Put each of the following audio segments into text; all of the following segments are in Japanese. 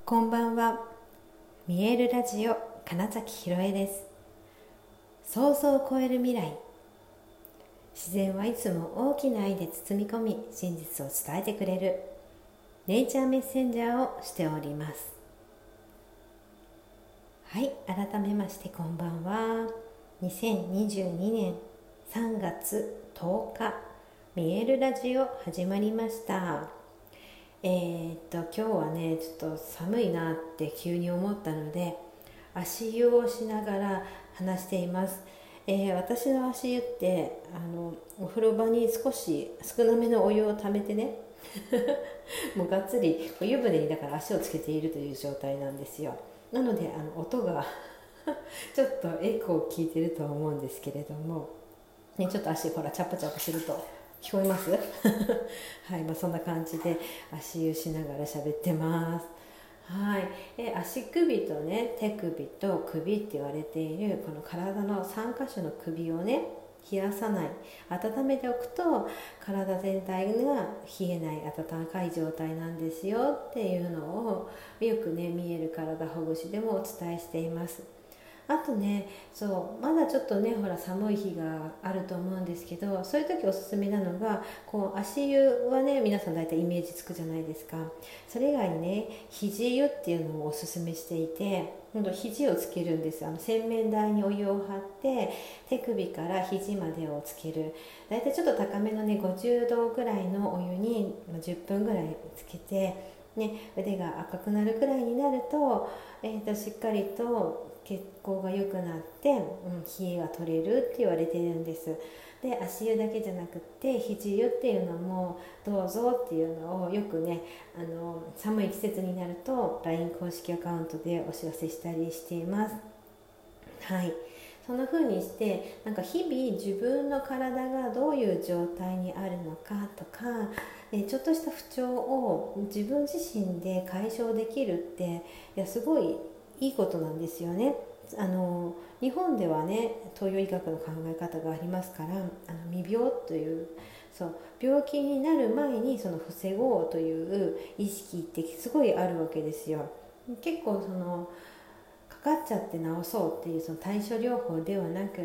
こんばんは。見えるラジオ金崎ひろえです。想像を超える未来。自然はいつも大きな愛で包み込み、真実を伝えてくれるネイチャーメッセンジャーをしております。はい、改めましてこんばんは。2022年3月10日、見えるラジオ始まりました。今日はねちょっと寒いなって急に思ったので足湯をしながら話しています。私の足湯ってお風呂場に少なめのお湯をためてねもうがっつり湯船にだから足をつけているという状態なんですよ。なので音がちょっとエコーを聞いてると思うんですけれども、ね、ちょっと足ほらチャプチャプすると聞こえますはい、そんな感じで足湯しながら喋ってます。はい、足首とね手首と首って言われているこの体の3箇所の首をね冷やさない、温めておくと体全体が冷えない温かい状態なんですよっていうのをよくね見える体ほぐしでもお伝えしています。あとね、そうまだちょっとねほら寒い日があると思うんですけど、そういう時おすすめなのがこう足湯はね皆さん大体イメージつくじゃないですか。それ以外にね肘湯っていうのをおすすめしていて、今度肘をつけるんです。洗面台にお湯を張って手首から肘までをつける。大体ちょっと高めのね50度ぐらいのお湯に10分ぐらいつけてね、腕が赤くなるくらいになると、しっかりと血行が良くなって、冷えが取れるって言われてるんです。で足湯だけじゃなくって肘湯っていうのもどうぞっていうのをよくね寒い季節になると LINE 公式アカウントでお知らせしたりしています。はい、そんな風にしてなんか日々自分の体がどういう状態にあるのかとか、ちょっとした不調を自分自身で解消できるってすごいいいことなんですよね。日本ではね東洋医学の考え方がありますから、未病というそう病気になる前にその防ごうという意識ってすごいあるわけですよ。結構かかっちゃって治そうっていうその対処療法ではなくって、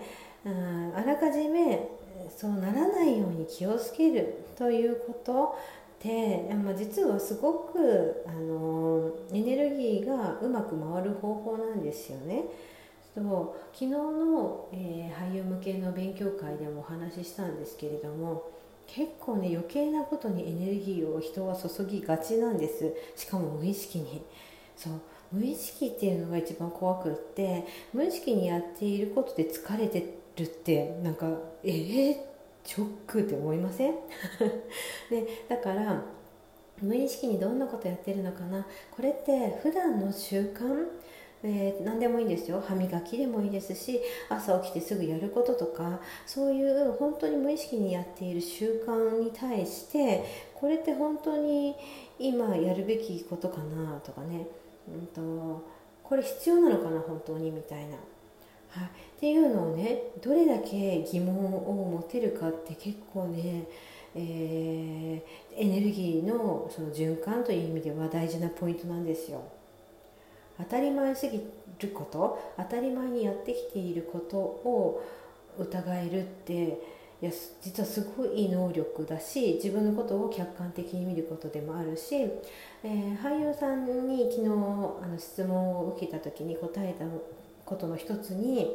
あらかじめそうならないように気をつけるということで、実はすごくエネルギーがうまく回る方法なんですよね。そう昨日の、俳優向けの勉強会でもお話ししたんですけれども、結構ね余計なことにエネルギーを人は注ぎがちなんです。しかも無意識に。そう無意識っていうのが一番怖くって、無意識にやっていることで疲れてるってなんかショックって思いませんでだから無意識にどんなことやってるのかな、これって普段の習慣、何でもいいんですよ。歯磨きでもいいですし、朝起きてすぐやることとか、そういう本当に無意識にやっている習慣に対してこれって本当に今やるべきことかなとかね、これ必要なのかな本当にみたいな、はい、っていうのをねどれだけ疑問を持てるかって結構ね、エネルギーのその循環という意味では大事なポイントなんですよ。当たり前すぎること、当たり前にやってきていることを疑えるって実はすごいいい能力だし、自分のことを客観的に見ることでもあるし、俳優さんに昨日質問を受けた時に答えたことの一つに、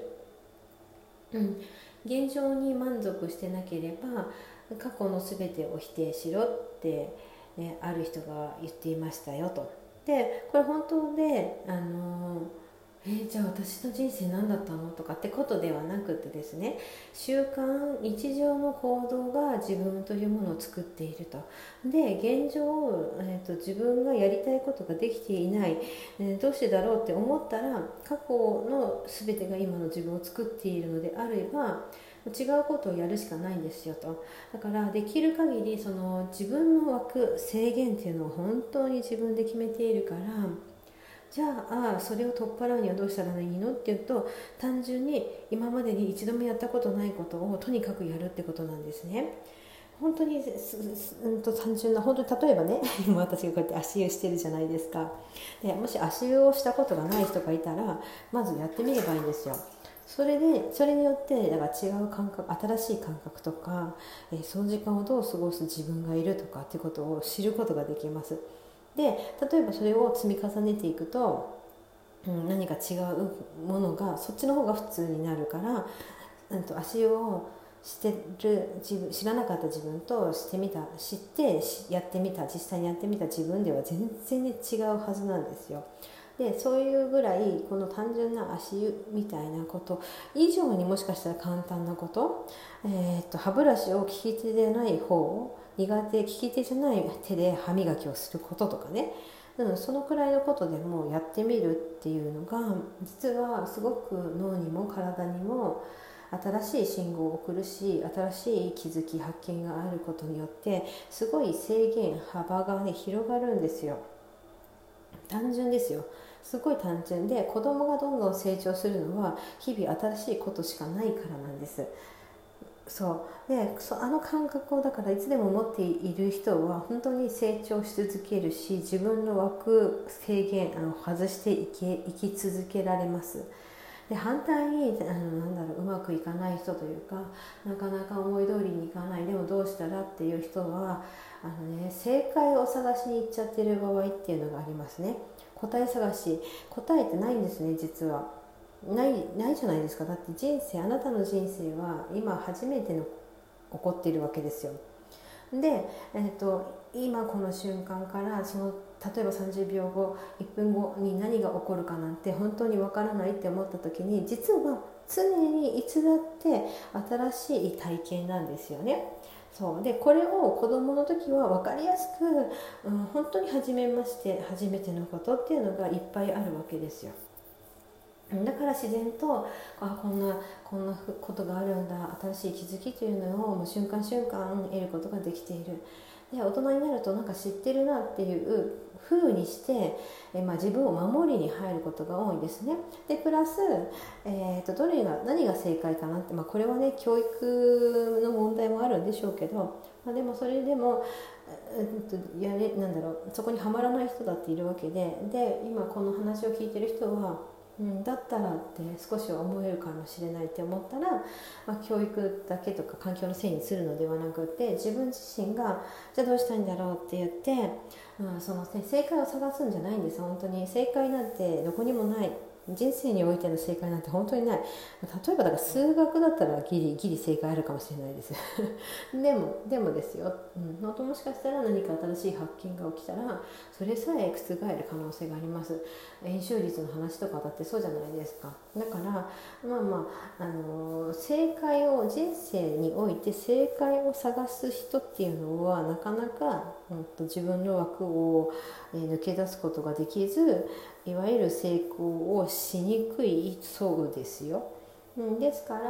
現状に満足してなければ過去の全てを否定しろって、ある人が言っていましたよと。でこれ本当でじゃあ私の人生何だったのとかってことではなくてですね、習慣日常の行動が自分というものを作っていると。で現状、自分がやりたいことができていない、どうしてだろうって思ったら過去の全てが今の自分を作っているのであれば違うことをやるしかないんですよと。だからできる限りその自分の枠制限っていうのを本当に自分で決めているから、じゃあそれを取っ払うにはどうしたらいいのっていうと、単純に今までに一度もやったことないことをとにかくやるってことなんですね。 本当に単純な、本当に例えばね今私がこうやって足湯してるじゃないですか。でもし足湯をしたことがない人がいたらまずやってみればいいんですよ。それによってだから違う感覚、新しい感覚とか、その時間をどう過ごす自分がいるとかっていうことを知ることができます。で例えばそれを積み重ねていくと、何か違うものがそっちの方が普通になるから、足湯をしてる知らなかった自分と知ってやってみた、実際にやってみた自分では全然違うはずなんですよ。でそういうぐらいこの単純な足湯みたいなこと以上にもしかしたら簡単なこと、歯ブラシを利き手でない方、利き手じゃない手で歯磨きをすることとかね、そのくらいのことでもやってみるっていうのが実はすごく脳にも体にも新しい信号を送るし、新しい気づき発見があることによってすごい幅がね広がるんですよ。単純ですよ。すごい単純で、子供がどんどん成長するのは日々新しいことしかないからなんです。そうであの感覚をだからいつでも持っている人は本当に成長し続けるし、自分の制限外して生き続けられます。で反対にうまくいかない人というか、なかなか思い通りにいかない、でもどうしたらっていう人は正解を探しに行っちゃってる場合っていうのがありますね。答えってないんですね。実はないじゃないですか。だってあなたの人生は今初めて起こっているわけですよ。で、今この瞬間から例えば30秒後1分後に何が起こるかなんて本当にわからないって思った時に、実は常にいつだって新しい体験なんですよね。そうでこれを子どもの時は分かりやすく、本当に初めてのことっていうのがいっぱいあるわけですよ。だから自然とこんなことがあるんだ、新しい気づきというのをもう瞬間瞬間得ることができている。で大人になるとなんか知ってるなっていう風にして、自分を守りに入ることが多いんですね。でプラス、何が正解かなって、これはね教育の問題もあるんでしょうけど、でもそれでも、そこにはまらない人だっているわけで、今この話を聞いてる人はだったらって少しは思えるかもしれないって思ったら、教育だけとか環境のせいにするのではなくて、自分自身がじゃあどうしたいんだろうって言って、正解を探すんじゃないんです。本当に正解なんてどこにもない。人生においての正解なんて本当にない。例えばだから数学だったらギリ正解あるかもしれないですでもですよ、本当もしかしたら何か新しい発見が起きたらそれさえ覆る可能性があります。円周率の話とかだってそうじゃないですか。だから人生において正解を探す人っていうのはなかなか、自分の枠を抜け出すことができず、いわゆる成功をしにくいそうですよ。ですから、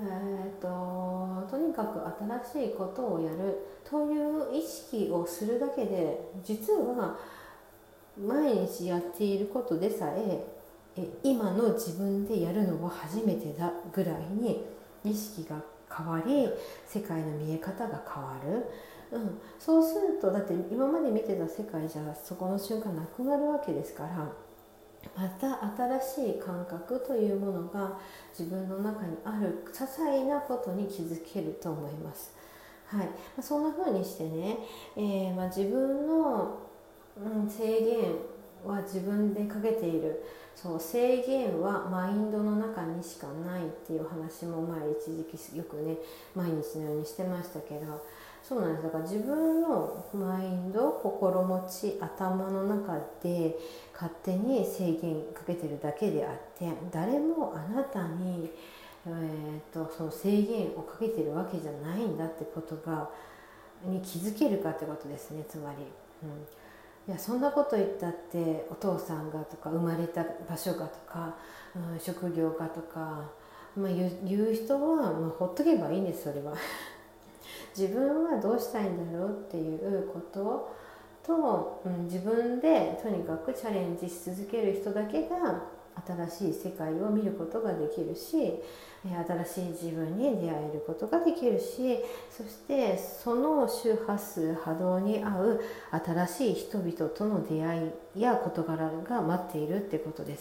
とにかく新しいことをやるという意識をするだけで、実は毎日やっていることでさえ今の自分でやるのは初めてだぐらいに意識が変わり、世界の見え方が変わる。そうするとだって今まで見てた世界じゃそこの瞬間なくなるわけですから、また新しい感覚というものが自分の中にある些細なことに気づけると思います。はい、そんな風にしてね、自分の、制限は自分でかけている。そう制限はマインドの中にしかないっていう話も一時期よくね毎日のようにしてましたけど、そうなんです。だから自分のマインド、心持ち、頭の中で勝手に制限かけてるだけであって、誰もあなたに、その制限をかけてるわけじゃないんだってことに気づけるかってことですね。つまり、いやそんなこと言ったってお父さんがとか生まれた場所がとか、職業がとか、言う人は、ほっとけばいいんです。それは自分はどうしたいんだろうっていうことと、自分でとにかくチャレンジし続ける人だけが新しい世界を見ることができるし、新しい自分に出会えることができるし、そしてその周波数波動に合う新しい人々との出会いや事柄が待っているってことです。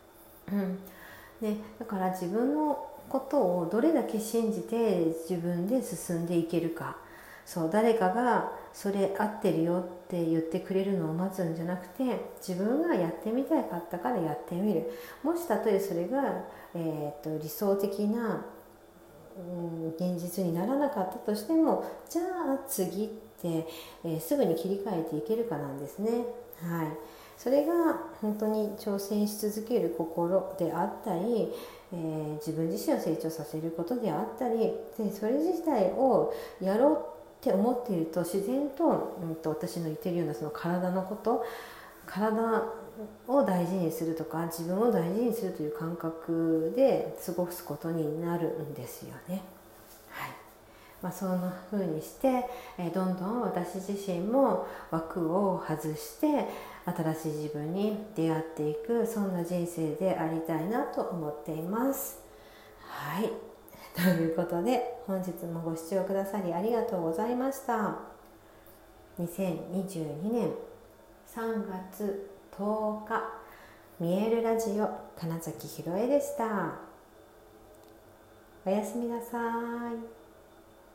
だから自分のことをどれだけ信じて自分で進んでいけるか、誰かがそれ合ってるよって言ってくれるのを待つんじゃなくて、自分がやってみたかったからやってみる。もしたとえそれが、理想的な、現実にならなかったとしても、じゃあ次って、すぐに切り替えていけるかなんですね。それが本当に挑戦し続ける心であったり、自分自身を成長させることであったりで、それ自体をやろうって思っていると自然と、私の言っているようなその体のこと、体を大事にするとか自分を大事にするという感覚で過ごすことになるんですよね。そんな風にして、どんどん私自身も枠を外して新しい自分に出会っていく、そんな人生でありたいなと思っています。ということで本日もご視聴くださりありがとうございました。2022年3月10日見えるラジオ金崎ひろえでした。おやすみなさい。